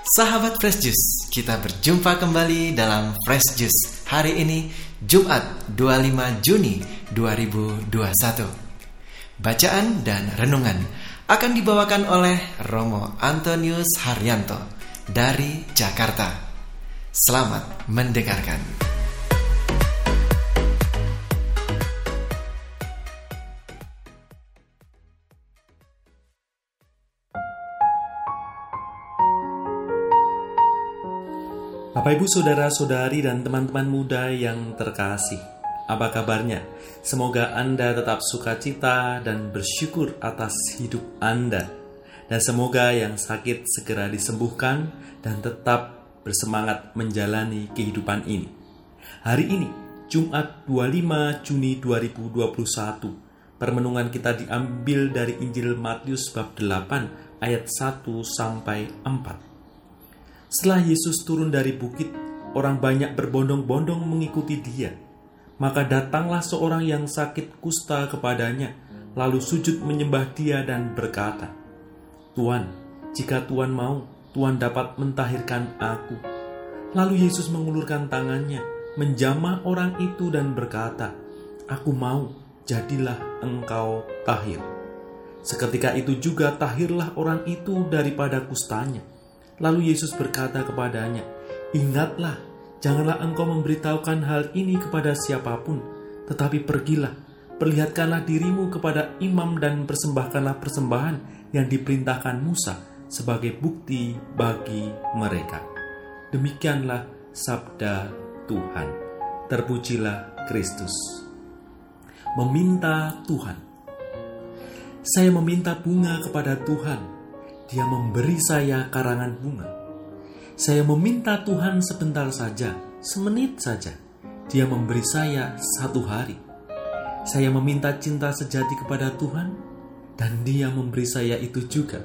Sahabat Fresh Juice, kita berjumpa kembali dalam Fresh Juice hari ini, Jumat 25 Juni 2021. Bacaan dan renungan akan dibawakan oleh Romo Antonius Haryanto dari Jakarta. Selamat mendengarkan. Bapak Ibu saudara-saudari dan teman-teman muda yang terkasih, apa kabarnya? Semoga Anda tetap sukacita dan bersyukur atas hidup Anda. Dan semoga yang sakit segera disembuhkan dan tetap bersemangat menjalani kehidupan ini. Hari ini, Jumat 25 Juni 2021, permenungan kita diambil dari Injil Matius bab 8 ayat 1-4. Setelah Yesus turun dari bukit, orang banyak berbondong-bondong mengikuti dia. Maka datanglah seorang yang sakit kusta kepadanya, lalu sujud menyembah dia dan berkata, "Tuan, jika Tuan mau, Tuan dapat mentahirkan aku." Lalu Yesus mengulurkan tangannya, menjamah orang itu dan berkata, "Aku mau, jadilah engkau tahir." Seketika itu juga tahirlah orang itu daripada kustanya. Lalu Yesus berkata kepadanya, "Ingatlah, janganlah engkau memberitahukan hal ini kepada siapapun, tetapi pergilah, perlihatkanlah dirimu kepada imam dan persembahkanlah persembahan yang diperintahkan Musa sebagai bukti bagi mereka." Demikianlah sabda Tuhan. Terpujilah Kristus. Meminta Tuhan. Saya meminta bunga kepada Tuhan. Dia memberi saya karangan bunga. Saya meminta Tuhan sebentar saja, semenit saja. Dia memberi saya 1 hari. Saya meminta cinta sejati kepada Tuhan, dan Dia memberi saya itu juga.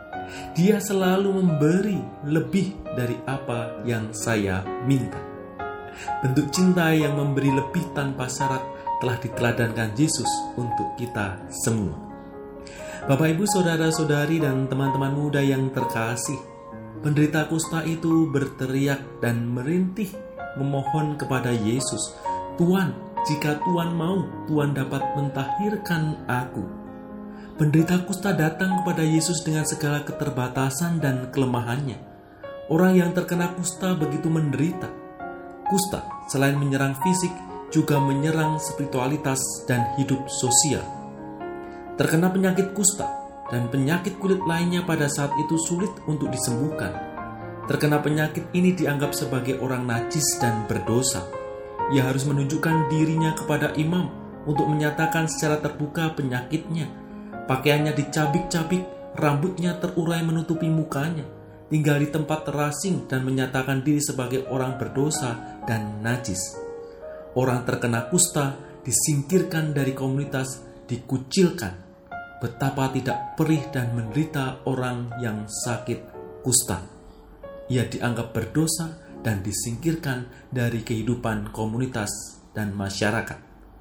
Dia selalu memberi lebih dari apa yang saya minta. Bentuk cinta yang memberi lebih tanpa syarat telah diteladankan Yesus untuk kita semua. Bapak, Ibu, saudara-saudari, dan teman-teman muda yang terkasih, penderita kusta itu berteriak dan merintih memohon kepada Yesus, "Tuan, jika Tuan mau, Tuan dapat mentahirkan aku." Penderita kusta datang kepada Yesus dengan segala keterbatasan dan kelemahannya. Orang yang terkena kusta begitu menderita. Kusta selain menyerang fisik, juga menyerang spiritualitas dan hidup sosial. Terkena penyakit kusta dan penyakit kulit lainnya pada saat itu sulit untuk disembuhkan. Terkena penyakit ini dianggap sebagai orang najis dan berdosa. Ia harus menunjukkan dirinya kepada imam untuk menyatakan secara terbuka penyakitnya. Pakaiannya dicabik-cabik, rambutnya terurai menutupi mukanya, tinggal di tempat terasing dan menyatakan diri sebagai orang berdosa dan najis. Orang terkena kusta disingkirkan dari komunitas, dikucilkan. Betapa tidak perih dan menderita orang yang sakit kusta. Ia dianggap berdosa dan disingkirkan dari kehidupan komunitas dan masyarakat.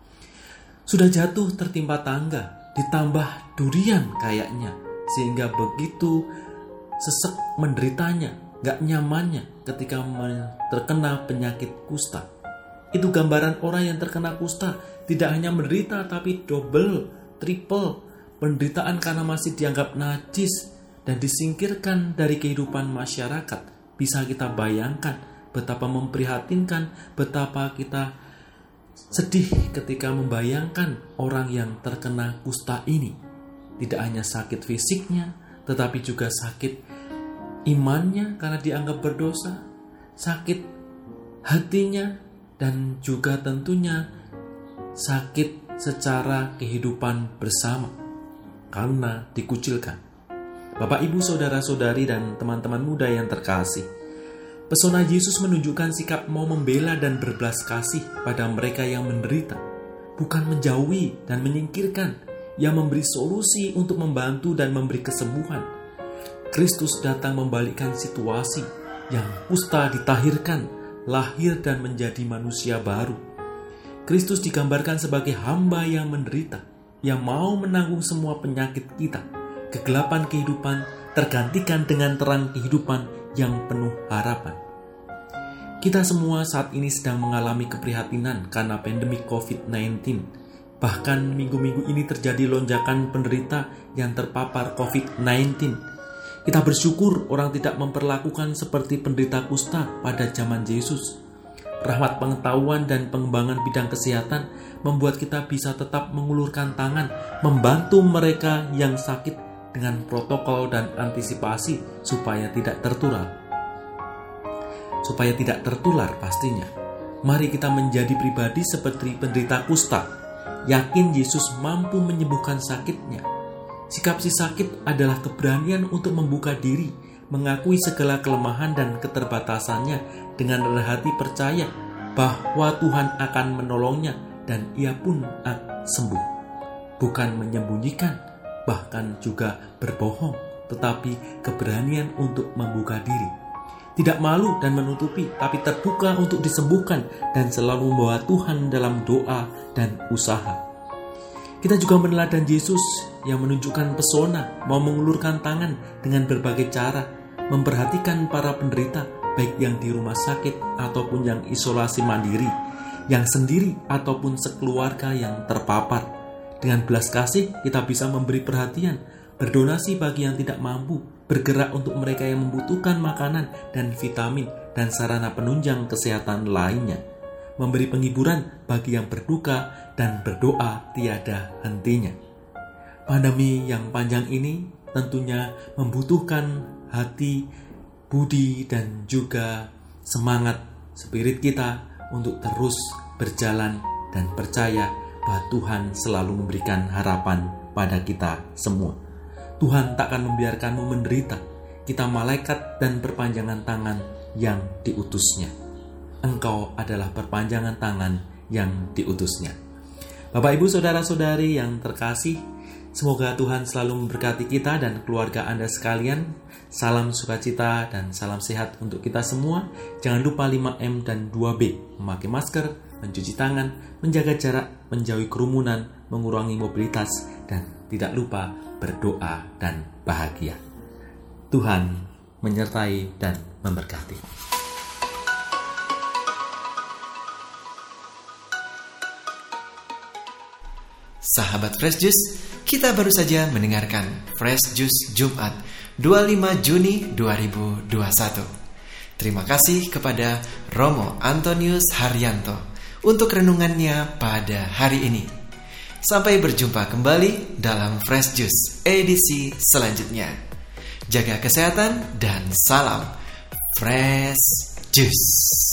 Sudah jatuh tertimpa tangga, ditambah durian kayaknya, sehingga begitu sesek menderitanya, gak nyamannya ketika terkena penyakit kusta. Itu gambaran orang yang terkena kusta, tidak hanya menderita tapi double, triple, penderitaan karena masih dianggap najis dan disingkirkan dari kehidupan masyarakat. Bisa kita bayangkan betapa memprihatinkan, betapa kita sedih ketika membayangkan orang yang terkena kusta ini. Tidak hanya sakit fisiknya, tetapi juga sakit imannya karena dianggap berdosa, sakit hatinya, dan juga tentunya sakit secara kehidupan bersama karena dikucilkan. Bapak, Ibu, saudara-saudari, dan teman-teman muda yang terkasih, pesona Yesus menunjukkan sikap mau membela dan berbelas kasih pada mereka yang menderita, bukan menjauhi dan menyingkirkan. Ia memberi solusi untuk membantu dan memberi kesembuhan. Kristus datang membalikkan situasi yang kusta ditahirkan, lahir dan menjadi manusia baru. Kristus digambarkan sebagai hamba yang menderita, yang mau menanggung semua penyakit kita, kegelapan kehidupan, tergantikan dengan terang kehidupan yang penuh harapan. Kita semua saat ini sedang mengalami keprihatinan karena pandemi COVID-19. Bahkan minggu-minggu ini terjadi lonjakan penderita yang terpapar COVID-19. Kita bersyukur orang tidak memperlakukan seperti penderita kusta pada zaman Yesus. Rahmat pengetahuan dan pengembangan bidang kesehatan membuat kita bisa tetap mengulurkan tangan, membantu mereka yang sakit dengan protokol dan antisipasi supaya tidak tertular. Supaya tidak tertular pastinya. Mari kita menjadi pribadi seperti penderita kusta. Yakin Yesus mampu menyembuhkan sakitnya. Sikap si sakit adalah keberanian untuk membuka diri, mengakui segala kelemahan dan keterbatasannya dengan rendah hati percaya bahwa Tuhan akan menolongnya dan ia pun akan sembuh. Bukan menyembunyikan, bahkan juga berbohong, tetapi keberanian untuk membuka diri. Tidak malu dan menutupi, tapi terbuka untuk disembuhkan dan selalu membawa Tuhan dalam doa dan usaha. Kita juga meneladani Yesus yang menunjukkan pesona, mau mengulurkan tangan dengan berbagai cara, memperhatikan para penderita, baik yang di rumah sakit ataupun yang isolasi mandiri, yang sendiri ataupun sekeluarga yang terpapar. Dengan belas kasih kita bisa memberi perhatian, berdonasi bagi yang tidak mampu, bergerak untuk mereka yang membutuhkan makanan dan vitamin dan sarana penunjang kesehatan lainnya, memberi penghiburan bagi yang berduka dan berdoa tiada hentinya. Pandemi yang panjang ini tentunya membutuhkan hati, budi, dan juga semangat spirit kita untuk terus berjalan dan percaya bahwa Tuhan selalu memberikan harapan pada kita semua. Tuhan tak akan membiarkanmu menderita. Kita malaikat dan perpanjangan tangan yang diutusnya. Engkau adalah perpanjangan tangan yang diutusnya. Bapak, Ibu, Saudara-saudari yang terkasih, semoga Tuhan selalu memberkati kita dan keluarga Anda sekalian. Salam sukacita dan salam sehat untuk kita semua. Jangan lupa 5M dan 2B, memakai masker, mencuci tangan, menjaga jarak, menjauhi kerumunan, mengurangi mobilitas, dan tidak lupa berdoa dan bahagia. Tuhan menyertai dan memberkati. Sahabat Fresh Juice, kita baru saja mendengarkan Fresh Juice Jumat 25 Juni 2021. Terima kasih kepada Romo Antonius Haryanto untuk renungannya pada hari ini. Sampai berjumpa kembali dalam Fresh Juice edisi selanjutnya. Jaga kesehatan dan salam Fresh Juice.